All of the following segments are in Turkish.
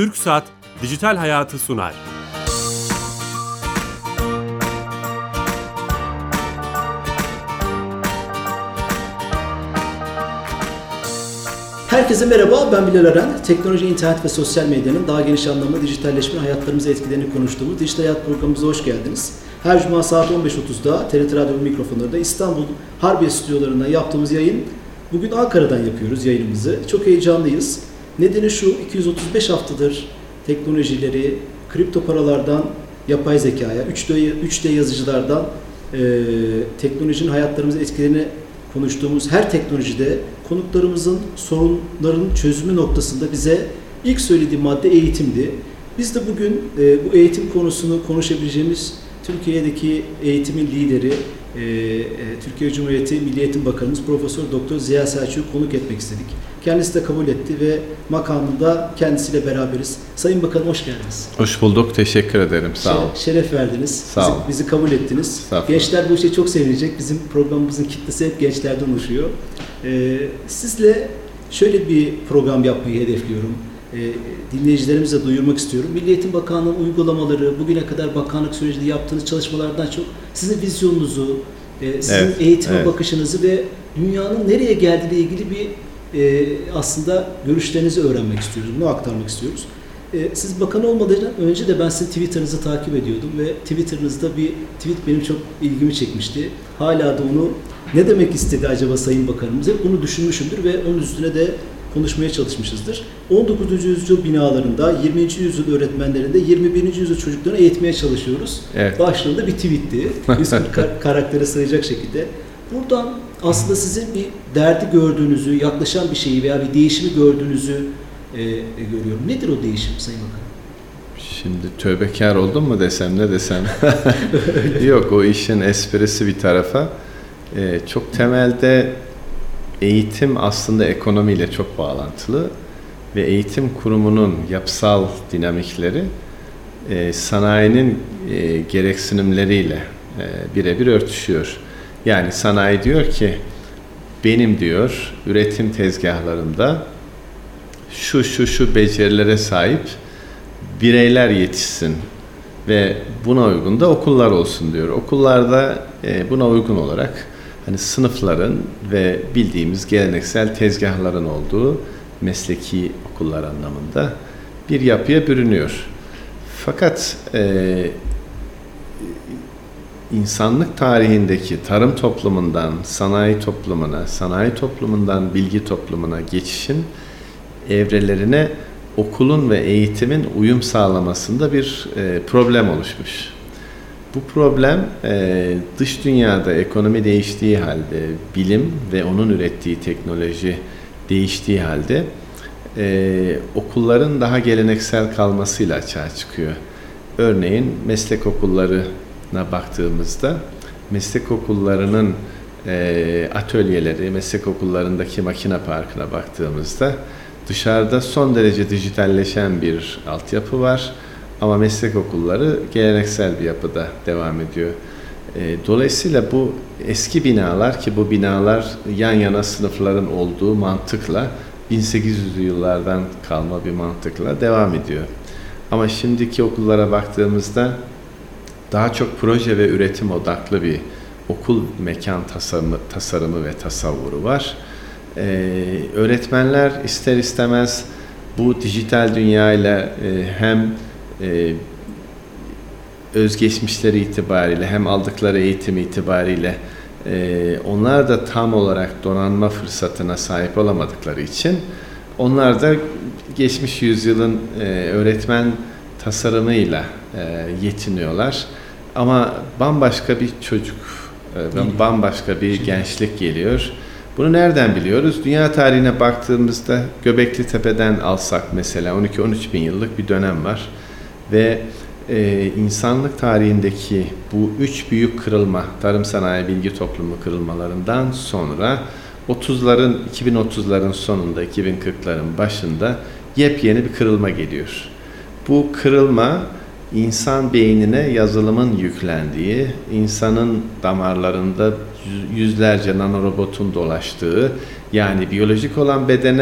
TürkSat Dijital Hayatı sunar. Herkese merhaba, ben Bilal Eren. Teknoloji, internet ve sosyal medyanın daha geniş anlamda dijitalleşme hayatlarımıza etkilerini konuştuğumuz Dijital Hayat programımıza hoş geldiniz. Her cuma saat 15.30'da TRT Radyo mikrofonlarında İstanbul Harbiye stüdyolarında yaptığımız yayın, bugün Ankara'dan yapıyoruz yayınımızı. Çok heyecanlıyız. Nedeni şu, 235 haftadır teknolojileri, kripto paralardan yapay zekaya, 3D yazıcılardan teknolojinin hayatlarımıza etkilerini konuştuğumuz her teknolojide konuklarımızın sorunların çözümü noktasında bize ilk söylediği madde eğitimdi. Biz de bugün bu eğitim konusunu konuşabileceğimiz Türkiye'deki eğitimin lideri, Türkiye Cumhuriyeti Milli Eğitim Bakanımız Profesör Doktor Ziya Selçuk'u konuk etmek istedik. Kendisi de kabul etti ve makamında kendisiyle beraberiz. Sayın Bakanım hoş geldiniz. Hoş bulduk, teşekkür ederim. Sağ olun. Şeref verdiniz. Sağ olun. Bizi kabul ettiniz. Gençler bu işe çok sevinecek. Bizim programımızın kitlesi hep gençlerden oluşuyor. Sizle şöyle bir program yapmayı hedefliyorum. Dinleyicilerimize duyurmak istiyorum. Milli Eğitim Bakanlığı'nın uygulamaları, bugüne kadar bakanlık sürecinde yaptığınız çalışmalardan çok sizin vizyonunuzu, sizin eğitime bakışınızı ve dünyanın nereye geldiğiyle ilgili bir aslında görüşlerinizi öğrenmek istiyoruz. Bunu aktarmak istiyoruz. Siz bakan olmadan önce de ben sizin Twitter'ınızı takip ediyordum ve Twitter'ınızda bir tweet benim çok ilgimi çekmişti. Hala da onu ne demek istedi acaba Sayın Bakanımız? Hep bunu düşünmüşümdür ve onun üstüne de konuşmaya çalışmışızdır. 19. yüzyıl binalarında, 20. yüzyıl öğretmenlerinde, 21. yüzyıl çocuklarını eğitmeye çalışıyoruz. Evet. Başlığında bir tweetti. 140 karaktere sığacak şekilde. Buradan aslında sizin bir derdi gördüğünüzü, yaklaşan bir şeyi veya bir değişimi gördüğünüzü görüyorum. Nedir o değişim Sayın Bakan? Şimdi tövbekar oldum mu desem, ne desem? Yok, o işin esprisi bir tarafa. Çok temelde eğitim aslında ekonomiyle çok bağlantılı ve eğitim kurumunun yapısal dinamikleri sanayinin gereksinimleriyle birebir örtüşüyor. Yani sanayi diyor ki, benim diyor üretim tezgahlarımda şu becerilere sahip bireyler yetişsin ve buna uygun da okullar olsun diyor. Okullarda buna uygun olarak hani sınıfların ve bildiğimiz geleneksel tezgahların olduğu mesleki okullar anlamında bir yapıya bürünüyor. Fakat insanlık tarihindeki tarım toplumundan sanayi toplumuna, sanayi toplumundan bilgi toplumuna geçişin evrelerine okulun ve eğitimin uyum sağlamasında bir problem oluşmuş. Bu problem dış dünyada ekonomi değiştiği halde, bilim ve onun ürettiği teknoloji değiştiği halde okulların daha geleneksel kalmasıyla açığa çıkıyor. Örneğin meslek okullarına baktığımızda meslek okullarının atölyeleri, meslek okullarındaki makine parkına baktığımızda dışarıda son derece dijitalleşen bir altyapı var. Ama meslek okulları geleneksel bir yapıda devam ediyor. Dolayısıyla bu eski binalar, ki bu binalar yan yana sınıfların olduğu mantıkla 1800'lü yıllardan kalma bir mantıkla devam ediyor. Ama şimdiki okullara baktığımızda daha çok proje ve üretim odaklı bir okul mekan tasarımı ve tasavvuru var. Öğretmenler ister istemez bu dijital dünyayla hem özgeçmişleri itibariyle hem aldıkları eğitim itibariyle onlar da tam olarak donanma fırsatına sahip olamadıkları için onlar da geçmiş yüzyılın öğretmen tasarımıyla yetiniyorlar. Ama bambaşka bir çocuk, bambaşka bir gençlik geliyor. Bunu nereden biliyoruz? Dünya tarihine baktığımızda Göbekli Tepe'den alsak mesela 12-13 bin yıllık bir dönem var. Ve insanlık tarihindeki bu üç büyük kırılma, tarım sanayi bilgi toplumu kırılmalarından sonra 2030'ların sonunda, 2040'ların başında yepyeni bir kırılma geliyor. Bu kırılma insan beynine yazılımın yüklendiği, insanın damarlarında yüzlerce nanorobotun dolaştığı, yani biyolojik olan bedene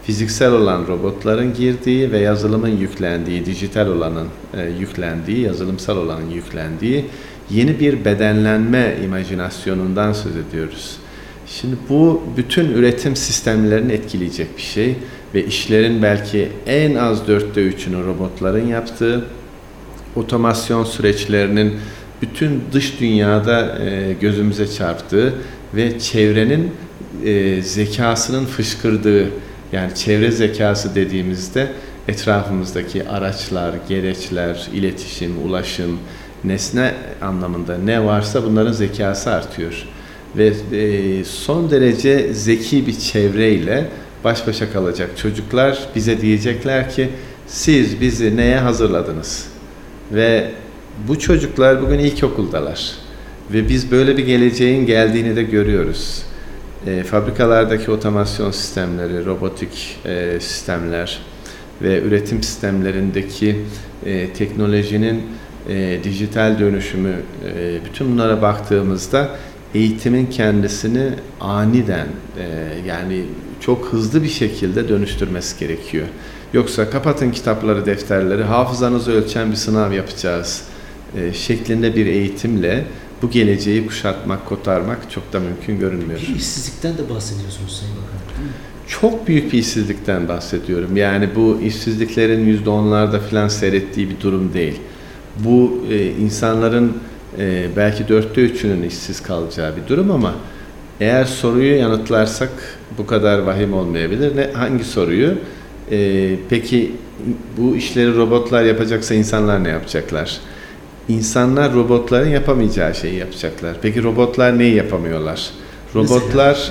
fiziksel olan robotların girdiği ve yazılımın yüklendiği, dijital olanın yüklendiği, yazılımsal olanın yüklendiği yeni bir bedenlenme imajinasyonundan söz ediyoruz. Şimdi bu bütün üretim sistemlerini etkileyecek bir şey ve işlerin belki en az 3/4'ünü robotların yaptığı, otomasyon süreçlerinin bütün dış dünyada gözümüze çarptığı ve çevrenin zekasının fışkırdığı, yani çevre zekası dediğimizde etrafımızdaki araçlar, gereçler, iletişim, ulaşım, nesne anlamında ne varsa bunların zekası artıyor. Ve son derece zeki bir çevreyle baş başa kalacak çocuklar bize diyecekler ki siz bizi neye hazırladınız? Ve bu çocuklar bugün ilkokuldalar ve biz böyle bir geleceğin geldiğini de görüyoruz. Fabrikalardaki otomasyon sistemleri, robotik sistemler ve üretim sistemlerindeki teknolojinin dijital dönüşümü, bütün bunlara baktığımızda eğitimin kendisini aniden yani çok hızlı bir şekilde dönüştürmesi gerekiyor. Yoksa kapatın kitapları, defterleri, hafızanızı ölçen bir sınav yapacağız şeklinde bir eğitimle bu geleceği kuşatmak, kotarmak çok da mümkün görünmüyor. Bir işsizlikten de bahsediyorsunuz Sayın Bakan, değil mi? Çok büyük bir işsizlikten bahsediyorum. Yani bu işsizliklerin %10'larda falan seyrettiği bir durum değil. Bu insanların belki 3/4'ünün işsiz kalacağı bir durum ama eğer soruyu yanıtlarsak bu kadar vahim olmayabilir. Hangi soruyu? Peki bu işleri robotlar yapacaksa insanlar ne yapacaklar? İnsanlar robotların yapamayacağı şeyi yapacaklar. Peki robotlar neyi yapamıyorlar? Robotlar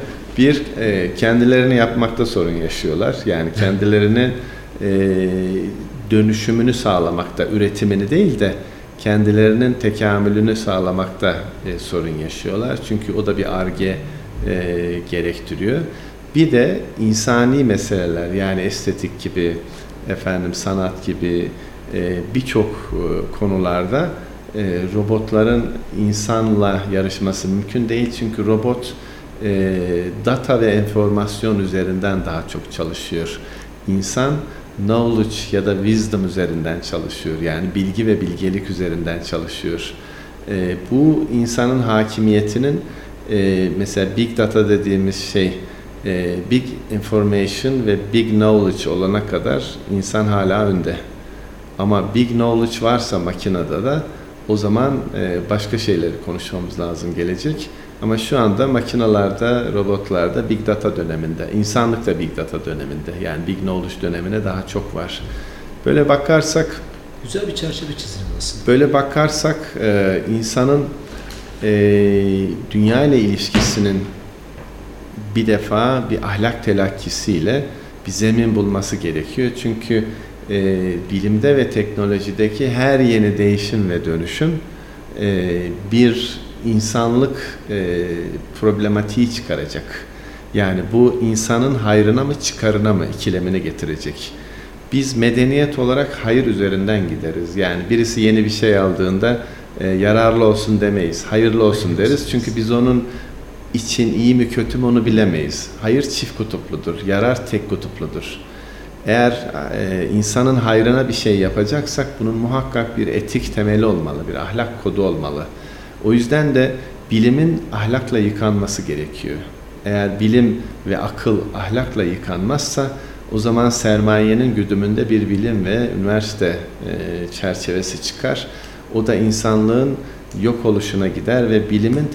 kendilerini yapmakta sorun yaşıyorlar. Yani kendilerini dönüşümünü sağlamakta, üretimini değil de kendilerinin tekamülünü sağlamakta sorun yaşıyorlar. Çünkü o da bir Ar-Ge gerektiriyor. Bir de insani meseleler, yani estetik gibi, sanat gibi birçok konularda robotların insanla yarışması mümkün değil. Çünkü robot data ve enformasyon üzerinden daha çok çalışıyor. İnsan knowledge ya da wisdom üzerinden çalışıyor. Yani bilgi ve bilgelik üzerinden çalışıyor. Bu insanın hakimiyetinin mesela big data dediğimiz şey big information ve big knowledge olana kadar insan hala önde. Ama big knowledge varsa makinede de o zaman başka şeyleri konuşmamız lazım gelecek. Ama şu anda makinalarda, robotlarda big data döneminde, insanlık da big data döneminde. Yani big knowledge dönemine daha çok var. Böyle bakarsak güzel bir çerçeve çizelim aslında. Böyle bakarsak insanın dünya ile ilişkisinin bir defa bir ahlak telakkisiyle bir zemin bulması gerekiyor. Çünkü bilimde ve teknolojideki her yeni değişim ve dönüşüm bir insanlık problematiği çıkaracak. Yani bu insanın hayrına mı çıkarına mı ikilemini getirecek. Biz medeniyet olarak hayır üzerinden gideriz. Yani birisi yeni bir şey aldığında yararlı olsun demeyiz, hayırlı olsun deriz. Çünkü biz onun için iyi mi kötü mü onu bilemeyiz. Hayır çift kutupludur, yarar tek kutupludur. Eğer insanın hayrına bir şey yapacaksak bunun muhakkak bir etik temeli olmalı, bir ahlak kodu olmalı. O yüzden de bilimin ahlakla yıkanması gerekiyor. Eğer bilim ve akıl ahlakla yıkanmazsa o zaman sermayenin güdümünde bir bilim ve üniversite çerçevesi çıkar. O da insanlığın yok oluşuna gider ve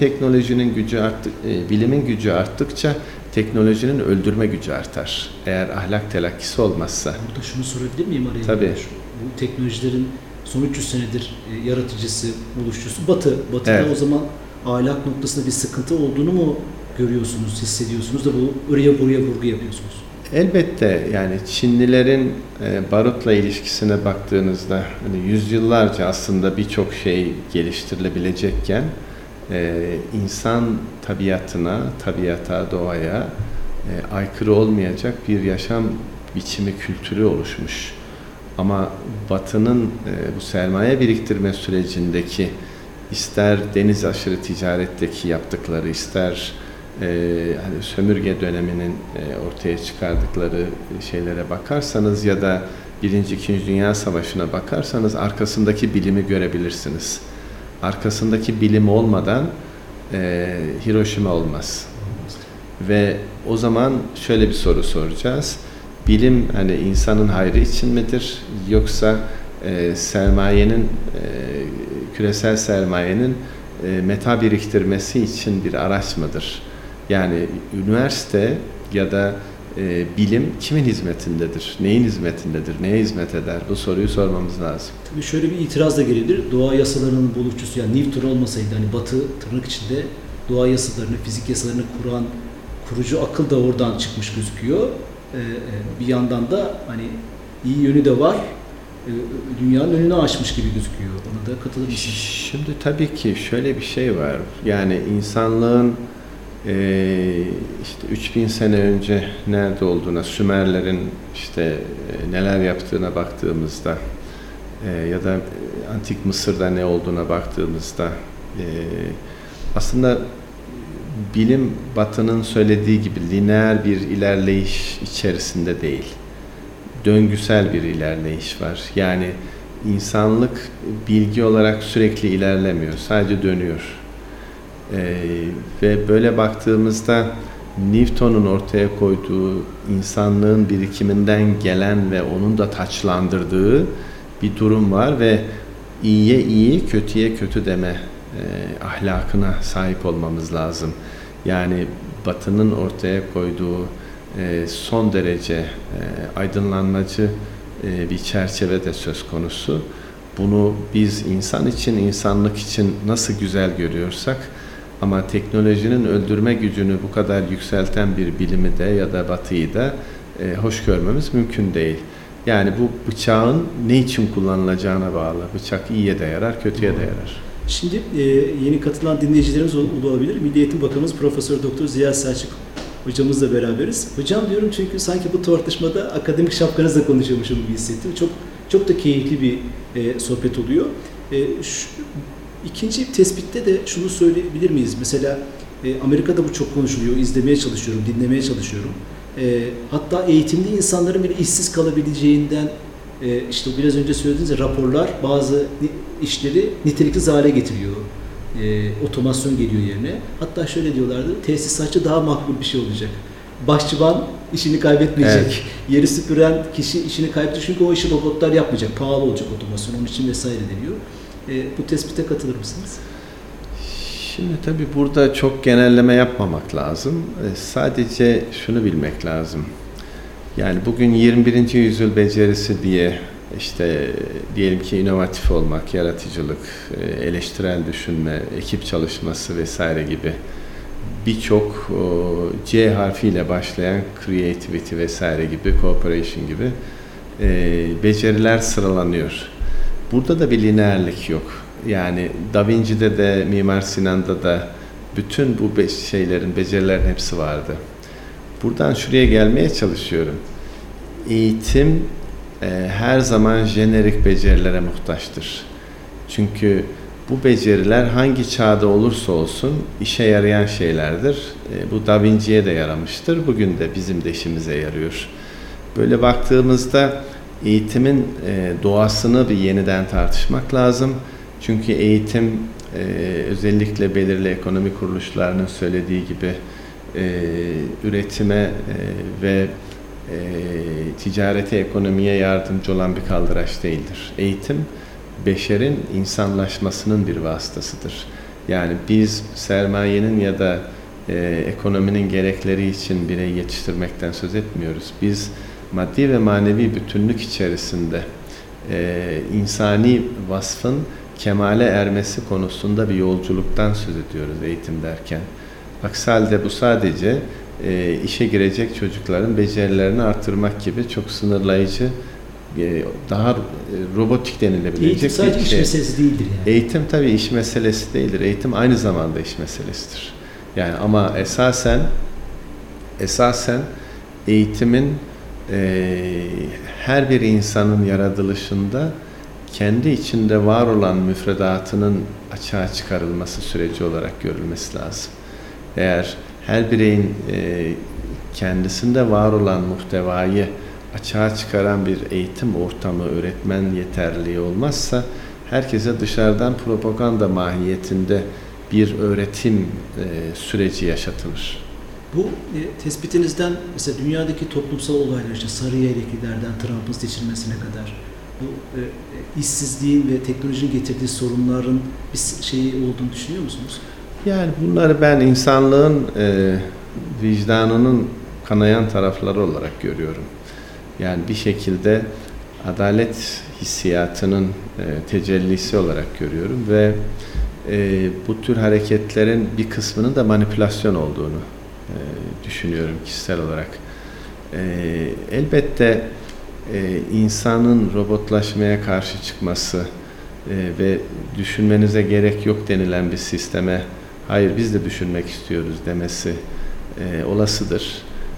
bilimin gücü arttıkça teknolojinin öldürme gücü artar. Eğer ahlak telakkisi olmazsa. Burada şunu sorabilir miyim araya? Tabii. Bu teknolojilerin son 300 senedir yaratıcısı, buluşçusu Batı. Batı'da evet. O zaman ahlak noktasında bir sıkıntı olduğunu mu görüyorsunuz, hissediyorsunuz da buraya vurgu yapıyorsunuz? Elbette, yani Çinlilerin barutla ilişkisine baktığınızda hani yüzyıllarca aslında birçok şey geliştirilebilecekken insan tabiata, doğaya aykırı olmayacak bir yaşam biçimi, kültürü oluşmuş. Ama Batı'nın bu sermaye biriktirme sürecindeki ister deniz aşırı ticaretteki yaptıkları, ister hani sömürge döneminin ortaya çıkardıkları şeylere bakarsanız ya da 1. 2. Dünya Savaşı'na bakarsanız arkasındaki bilimi görebilirsiniz. Arkasındaki bilim olmadan Hiroşima olmaz. Ve o zaman şöyle bir soru soracağız. Bilim hani insanın hayrı için midir yoksa sermayenin küresel sermayenin meta biriktirmesi için bir araç mıdır? Yani üniversite ya da bilim kimin hizmetindedir? Neyin hizmetindedir? Neye hizmet eder? Bu soruyu sormamız lazım. Tabii şöyle bir itiraz da gelebilir. Doğa yasalarının buluşçusu yani Newton olmasaydı hani Batı tırnak içinde doğa yasalarını, fizik yasalarını kuran kurucu akıl da oradan çıkmış gözüküyor. Bir yandan da hani iyi yönü de var. Dünyanın önünü açmış gibi gözüküyor. Ona da katılır mısınız? Şimdi tabii ki şöyle bir şey var. Yani insanlığın işte 3000 sene önce nerede olduğuna, Sümerlerin işte neler yaptığına baktığımızda ya da Antik Mısır'da ne olduğuna baktığımızda aslında bilim Batı'nın söylediği gibi lineer bir ilerleyiş içerisinde değil. Döngüsel bir ilerleyiş var. Yani insanlık bilgi olarak sürekli ilerlemiyor. Sadece dönüyor. Ve böyle baktığımızda Newton'un ortaya koyduğu insanlığın birikiminden gelen ve onun da taçlandırdığı bir durum var ve iyiye iyi, kötüye kötü deme ahlakına sahip olmamız lazım. Yani Batı'nın ortaya koyduğu son derece aydınlanmacı bir çerçeve de söz konusu. Bunu biz insan için, insanlık için nasıl güzel görüyorsak ama teknolojinin öldürme gücünü bu kadar yükselten bir bilimi de ya da Batı'yı da hoş görmemiz mümkün değil. Yani bu bıçağın ne için kullanılacağına bağlı. Bıçak iyiye de yarar, kötüye de yarar. Şimdi yeni katılan dinleyicilerimiz olabilir. Milli Eğitim Bakanımız Profesör Doktor Ziya Selçuk hocamızla beraberiz. Hocam diyorum çünkü sanki bu tartışmada akademik şapkanızla konuşuyormuşum gibi hissettim. Çok da keyifli bir sohbet oluyor. İkinci tespitte de şunu söyleyebilir miyiz? Mesela Amerika'da bu çok konuşuluyor. İzlemeye çalışıyorum, dinlemeye çalışıyorum. Hatta eğitimli insanların bile işsiz kalabileceğinden işte biraz önce söylediğiniz raporlar bazı işleri niteliksiz hale getiriyor. Otomasyon geliyor yerine. Hatta şöyle diyorlardı, tesisatçı daha makbul bir şey olacak. Başçıvan işini kaybetmeyecek. Evet. Yeri süpüren kişi işini kaybedecek. Çünkü o işi robotlar yapmayacak. Pahalı olacak otomasyon. Onun için vesaire deniyor. Bu tespite katılır mısınız? Şimdi tabii burada çok genelleme yapmamak lazım. Sadece şunu bilmek lazım. Yani bugün 21. yüzyıl becerisi diye işte diyelim ki inovatif olmak, yaratıcılık, eleştirel düşünme, ekip çalışması vesaire gibi birçok C harfiyle başlayan creativity vesaire gibi, cooperation gibi beceriler sıralanıyor. Burada da bir lineerlik yok. Yani Da Vinci'de de, Mimar Sinan'da da bütün bu becerilerin hepsi vardı. Buradan şuraya gelmeye çalışıyorum. Eğitim her zaman jenerik becerilere muhtaçtır. Çünkü bu beceriler hangi çağda olursa olsun işe yarayan şeylerdir. Bu Da Vinci'ye de yaramıştır. Bugün de bizim de işimize yarıyor. Böyle baktığımızda eğitimin doğasını bir yeniden tartışmak lazım. Çünkü eğitim özellikle belirli ekonomi kuruluşlarının söylediği gibi üretime ve ticarete, ekonomiye yardımcı olan bir kaldıraç değildir. Eğitim, beşerin insanlaşmasının bir vasıtasıdır. Yani biz sermayenin ya da ekonominin gerekleri için birey yetiştirmekten söz etmiyoruz. Biz maddi ve manevi bütünlük içerisinde insani vasfın kemale ermesi konusunda bir yolculuktan söz ediyoruz eğitim derken. Aksi halde bu sadece işe girecek çocukların becerilerini artırmak gibi çok sınırlayıcı, daha robotik denilebilecek eğitim sadece iş meselesi değildir yani. Eğitim tabii iş meselesi değildir. Eğitim aynı zamanda iş meselesidir. Yani ama esasen eğitimin her bir insanın yaratılışında kendi içinde var olan müfredatının açığa çıkarılması süreci olarak görülmesi lazım. Eğer her bireyin kendisinde var olan muhtevayı açığa çıkaran bir eğitim ortamı, öğretmen yeterliliği olmazsa herkese dışarıdan propaganda mahiyetinde bir öğretim süreci yaşatılır. Bu tespitinizden mesela dünyadaki toplumsal olaylar, işte Sarıyer'dekilerden Trump'ın seçilmesine kadar bu işsizliğin ve teknolojinin getirdiği sorunların bir şeyi olduğunu düşünüyor musunuz? Yani bunları ben insanlığın vicdanının kanayan tarafları olarak görüyorum. Yani bir şekilde adalet hissiyatının tecellisi olarak görüyorum ve bu tür hareketlerin bir kısmının da manipülasyon olduğunu düşünüyorum kişisel olarak. Elbette insanın robotlaşmaya karşı çıkması ve düşünmenize gerek yok denilen bir sisteme hayır biz de düşünmek istiyoruz demesi olasıdır.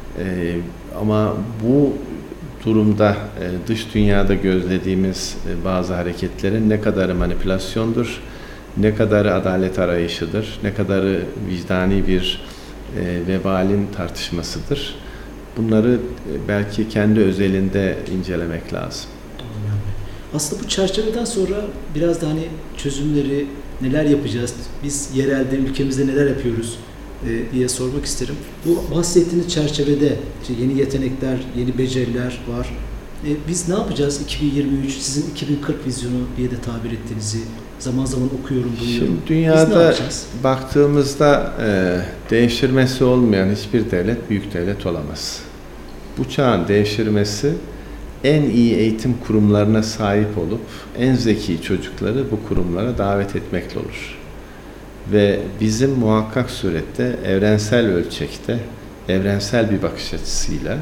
Ama bu durumda dış dünyada gözlediğimiz bazı hareketlerin ne kadarı manipülasyondur, ne kadarı adalet arayışıdır, ne kadarı vicdani bir vebalin tartışmasıdır. Bunları belki kendi özelinde incelemek lazım. Aslında bu çerçeveden sonra biraz da hani çözümleri neler yapacağız, biz yerelde ülkemizde neler yapıyoruz diye sormak isterim. Bu bahsettiğiniz çerçevede işte yeni yetenekler, yeni beceriler var. Biz ne yapacağız 2023, sizin 2040 vizyonu diye de tabir ettiğinizi zaman zaman okuyorum, duyuyorum. Şimdi dünyada baktığımızda devşirmesi olmayan hiçbir devlet büyük devlet olamaz. Bu çağın devşirmesi en iyi eğitim kurumlarına sahip olup en zeki çocukları bu kurumlara davet etmekle olur. Ve bizim muhakkak surette evrensel ölçekte, evrensel bir bakış açısıyla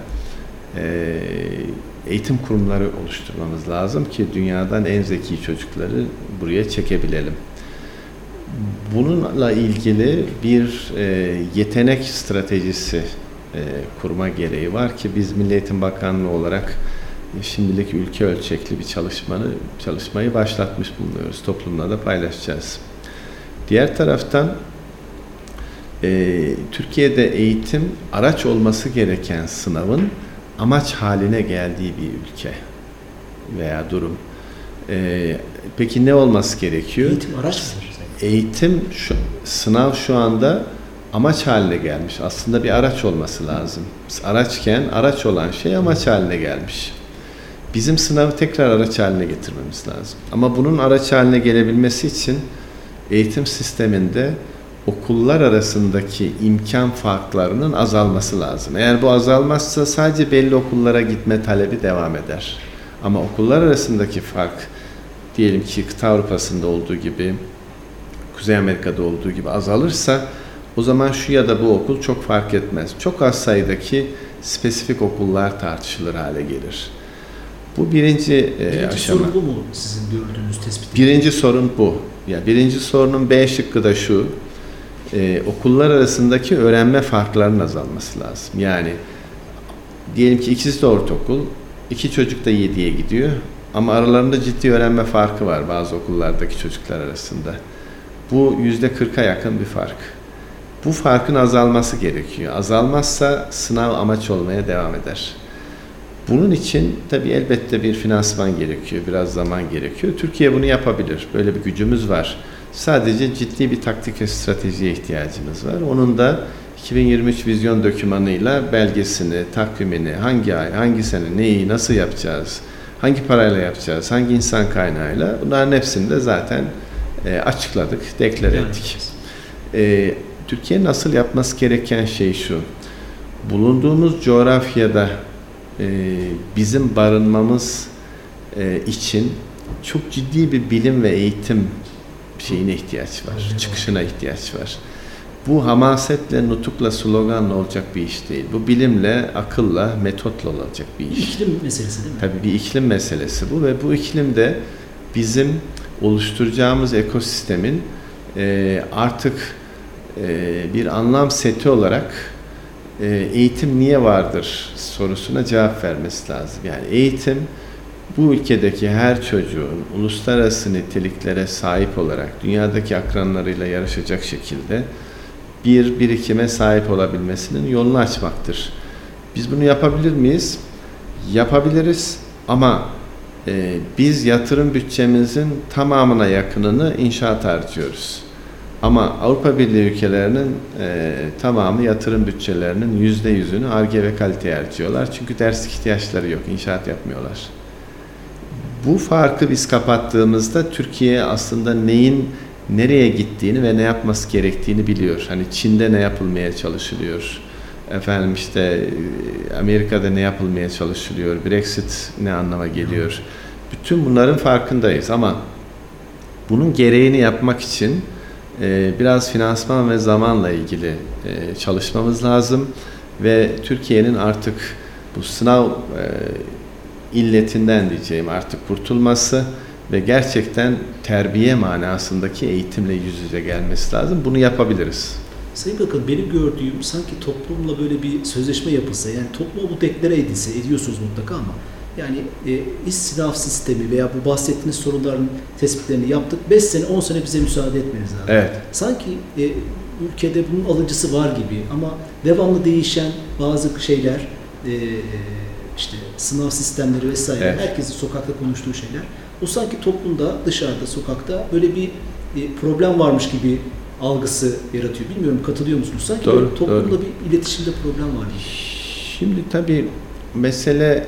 eğitim kurumları oluşturmamız lazım ki dünyadan en zeki çocukları buraya çekebilelim. Bununla ilgili bir yetenek stratejisi kurma gereği var ki biz Milli Eğitim Bakanlığı olarak şimdilik ülke ölçekli bir çalışmayı başlatmış bulunuyoruz. Toplumla da paylaşacağız. Diğer taraftan Türkiye'de eğitim araç olması gereken sınavın amaç haline geldiği bir ülke veya durum. Peki ne olması gerekiyor? Eğitim araç mıdır? Eğitim, sınav şu anda amaç haline gelmiş. Aslında bir araç olması lazım. Araçken araç olan şey amaç haline gelmiş. Bizim sınavı tekrar araç haline getirmemiz lazım. Ama bunun araç haline gelebilmesi için eğitim sisteminde okullar arasındaki imkan farklarının azalması lazım. Eğer bu azalmazsa sadece belli okullara gitme talebi devam eder. Ama okullar arasındaki fark, diyelim ki kıta Avrupa'sında olduğu gibi, Kuzey Amerika'da olduğu gibi azalırsa o zaman şu ya da bu okul çok fark etmez. Çok az sayıdaki spesifik okullar tartışılır hale gelir. Bu birinci aşama. Sorun bu mu sizin gördüğünüz tespit? Birinci sorun bu. Yani birinci sorunun B şıkkı da şu. Okullar arasındaki öğrenme farklarının azalması lazım. Yani diyelim ki ikisi de ortaokul, iki çocuk da 7'ye gidiyor ama aralarında ciddi öğrenme farkı var bazı okullardaki çocuklar arasında. Bu %40'a yakın bir fark. Bu farkın azalması gerekiyor. Azalmazsa sınav amaç olmaya devam eder. Bunun için tabii elbette bir finansman gerekiyor, biraz zaman gerekiyor. Türkiye bunu yapabilir. Böyle bir gücümüz var. Sadece ciddi bir taktik ve stratejiye ihtiyacımız var. Onun da 2023 vizyon dokümanıyla belgesini, takvimini, hangi ay, hangi sene, neyi, nasıl yapacağız, hangi parayla yapacağız, hangi insan kaynağıyla, bunların hepsini de zaten açıkladık, deklare ettik. Türkiye'nin asıl yapması gereken şey şu: bulunduğumuz coğrafyada bizim barınmamız için çok ciddi bir bilim ve eğitim şeyine ihtiyaç var, çıkışına ihtiyaç var. Bu hamasetle, nutukla, sloganla olacak bir iş değil. Bu bilimle, akılla, metotla olacak bir iş. İklim meselesi değil mi? Tabii bir iklim meselesi bu ve bu iklimde bizim oluşturacağımız ekosistemin artık bir anlam seti olarak eğitim niye vardır sorusuna cevap vermesi lazım. Yani eğitim bu ülkedeki her çocuğun uluslararası niteliklere sahip olarak dünyadaki akranlarıyla yarışacak şekilde bir birikime sahip olabilmesinin yolunu açmaktır. Biz bunu yapabilir miyiz? Yapabiliriz ama biz yatırım bütçemizin tamamına yakınını inşaat harcıyoruz. Ama Avrupa Birliği ülkelerinin tamamı yatırım bütçelerinin %100'ünü Ar-Ge ve kaliteye harcıyorlar. Çünkü derslik ihtiyaçları yok, inşaat yapmıyorlar. Bu farkı biz kapattığımızda Türkiye aslında neyin nereye gittiğini ve ne yapması gerektiğini biliyor. Hani Çin'de ne yapılmaya çalışılıyor? Efendim işte Amerika'da ne yapılmaya çalışılıyor? Brexit ne anlama geliyor? Bütün bunların farkındayız ama bunun gereğini yapmak için biraz finansman ve zamanla ilgili çalışmamız lazım ve Türkiye'nin artık bu sınav illetinden diyeceğim artık kurtulması ve gerçekten terbiye manasındaki eğitimle yüz yüze gelmesi lazım. Bunu yapabiliriz. Sayın Bakan, benim gördüğüm sanki toplumla böyle bir sözleşme yapılsa, yani topluma bu deklare edilse, ediyorsunuz mutlaka ama yani iş sınav sistemi veya bu bahsettiğiniz sorunların tespitlerini yaptık. 5 sene, 10 sene bize müsaade etmeniz lazım. Evet. Sanki ülkede bunun alıcısı var gibi ama devamlı değişen bazı şeyler, işte sınav sistemleri vesaire, evet. Herkesin sokakta konuştuğu şeyler. O sanki toplumda, dışarıda, sokakta böyle bir problem varmış gibi algısı yaratıyor. Bilmiyorum, katılıyor musunuz? Sanki doğru, toplumda doğru. bir iletişimde problem var gibi. Şimdi tabii mesele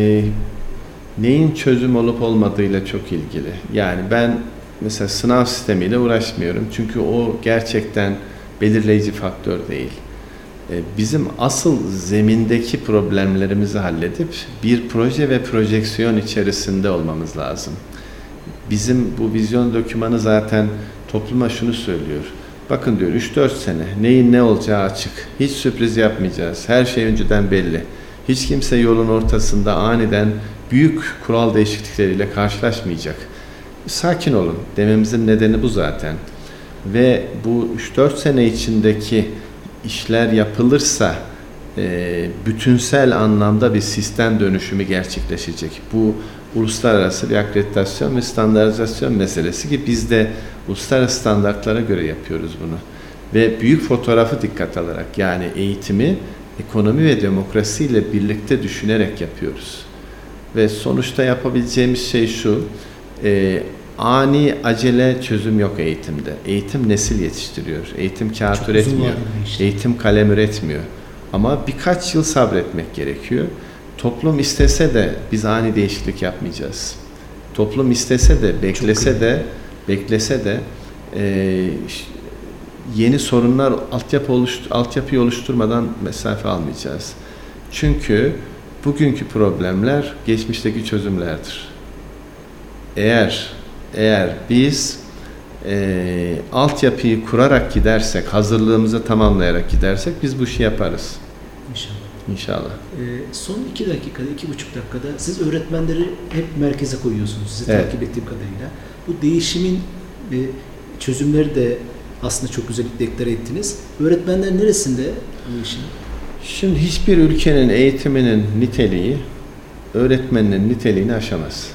neyin çözüm olup olmadığıyla çok ilgili. Yani ben mesela sınav sistemiyle uğraşmıyorum. Çünkü o gerçekten belirleyici faktör değil. Bizim asıl zemindeki problemlerimizi halledip bir proje ve projeksiyon içerisinde olmamız lazım. Bizim bu vizyon dokümanı zaten topluma şunu söylüyor. Bakın diyor 3-4 sene neyin ne olacağı açık. Hiç sürpriz yapmayacağız. Her şey önceden belli. Hiç kimse yolun ortasında aniden büyük kural değişiklikleriyle karşılaşmayacak. Sakin olun dememizin nedeni bu zaten. Ve bu 3-4 sene içindeki işler yapılırsa bütünsel anlamda bir sistem dönüşümü gerçekleşecek. Bu uluslararası bir akreditasyon ve standartizasyon meselesi ki biz de uluslararası standartlara göre yapıyoruz bunu. Ve büyük fotoğrafı dikkat alarak yani eğitimi ekonomi ve demokrasiyle birlikte düşünerek yapıyoruz. Ve sonuçta yapabileceğimiz şey şu, ani acele çözüm yok eğitimde. Eğitim nesil yetiştiriyor. Eğitim kağıt çok üretmiyor. Eğitim kalem üretmiyor. Ama birkaç yıl sabretmek gerekiyor. Toplum istese de biz ani değişiklik yapmayacağız. Toplum istese de, beklese de yeni sorunlar, altyapıyı oluşturmadan mesafe almayacağız. Çünkü bugünkü problemler geçmişteki çözümlerdir. Eğer biz altyapıyı kurarak gidersek, hazırlığımızı tamamlayarak gidersek biz bu işi yaparız. İnşallah. Son 2 dakikada, 2,5 dakikada siz öğretmenleri hep merkeze koyuyorsunuz. Sizi evet. Takip ettiğim kadarıyla. Bu değişimin çözümleri de aslında çok güzel deklare ettiniz. Öğretmenler neresinde bu işin? Şimdi hiçbir ülkenin eğitiminin niteliği öğretmeninin niteliğini aşamaz.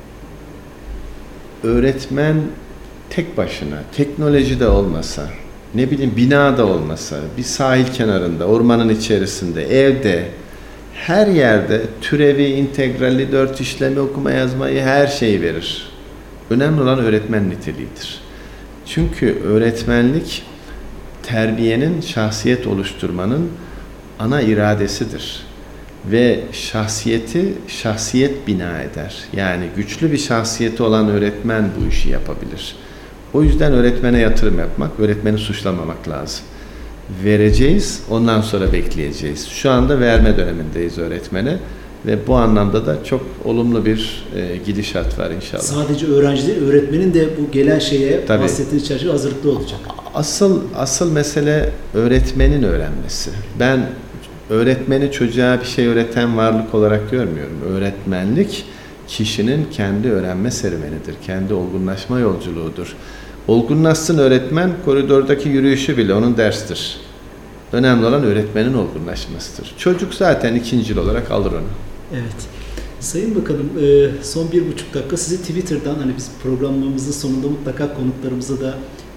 Öğretmen tek başına, teknolojide olmasa, ne bileyim binada olmasa, bir sahil kenarında, ormanın içerisinde, evde, her yerde türevi, integrali, 4 işlemi, okuma yazmayı her şeyi verir. Önemli olan öğretmen niteliğidir. Çünkü öğretmenlik terbiyenin, şahsiyet oluşturmanın ana iradesidir. Ve şahsiyet bina eder. Yani güçlü bir şahsiyeti olan öğretmen bu işi yapabilir. O yüzden öğretmene yatırım yapmak, öğretmeni suçlamamak lazım. Vereceğiz, ondan sonra bekleyeceğiz. Şu anda verme dönemindeyiz öğretmene ve bu anlamda da çok olumlu bir gidişat var inşallah. Sadece öğrenci değil, öğretmenin de bu gelen şeye bahsettiğiniz çerçeve hazırlıklı olacak. Asıl mesele öğretmenin öğrenmesi. Ben öğretmeni çocuğa bir şey öğreten varlık olarak görmüyorum. Öğretmenlik kişinin kendi öğrenme serüvenidir, kendi olgunlaşma yolculuğudur. Olgunlaşsın öğretmen, koridordaki yürüyüşü bile onun derstir. Önemli olan öğretmenin olgunlaşmasıdır. Çocuk zaten ikincil olarak alır onu. Evet. Sayın Bakanım, son 1,5 dakika sizi Twitter'dan, hani biz programımızın sonunda mutlaka konuklarımıza da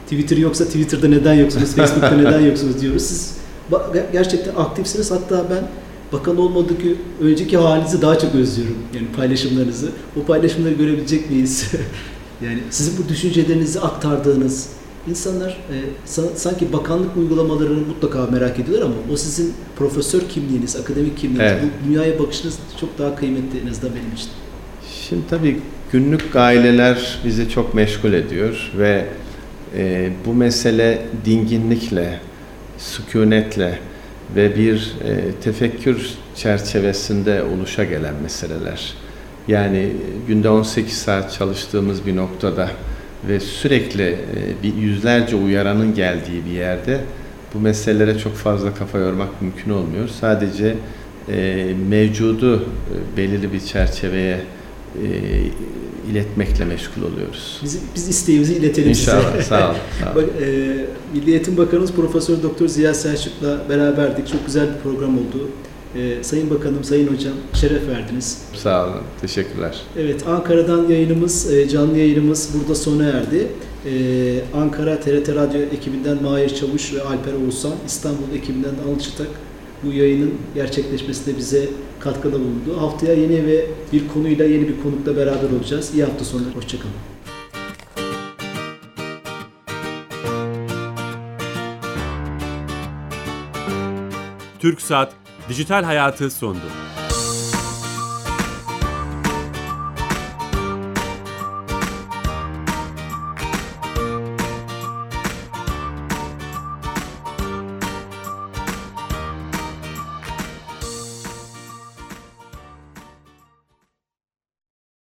Twitter yoksa Twitter'da neden yoksunuz, Facebook'ta neden yoksunuz diyoruz. Siz gerçekten aktifsiniz. Hatta ben bakan olmadığı önceki halinizi daha çok özlüyorum. Yani paylaşımlarınızı. O paylaşımları görebilecek miyiz? Yani sizin bu düşüncelerinizi aktardığınız insanlar sanki bakanlık uygulamalarını mutlaka merak ediyorlar ama o sizin profesör kimliğiniz, akademik kimliğiniz, evet. bu dünyaya bakışınız çok daha kıymetli en azından benim için. Şimdi tabii günlük gaileler bizi çok meşgul ediyor ve bu mesele dinginlikle, sükunetle ve bir tefekkür çerçevesinde oluşa gelen meseleler. Yani günde 18 saat çalıştığımız bir noktada ve sürekli yüzlerce uyaranın geldiği bir yerde bu meselelere çok fazla kafa yormak mümkün olmuyor. Sadece mevcudu belirli bir çerçeveye iletmekle meşgul oluyoruz. Biz isteğimizi iletelim İnşallah, size. sağ olun. Bak, Milli Eğitim Bakanımız Profesör Doktor Ziya Selçuk'la beraberdik. Çok güzel bir program oldu. Sayın Bakanım, Sayın Hocam şeref verdiniz. Sağ olun, teşekkürler. Evet, Ankara'dan yayınımız, canlı yayınımız burada sona erdi. Ankara TRT Radyo ekibinden Mahir Çavuş ve Alper Oğuzhan, İstanbul ekibinden Anıl Çıtak bu yayının gerçekleşmesinde bize katkıda bulundu. Haftaya yeni ve bir konuyla, yeni bir konukla beraber olacağız. İyi hafta sonları, hoşçakalın. TürkSat Dijital Hayatı sundu.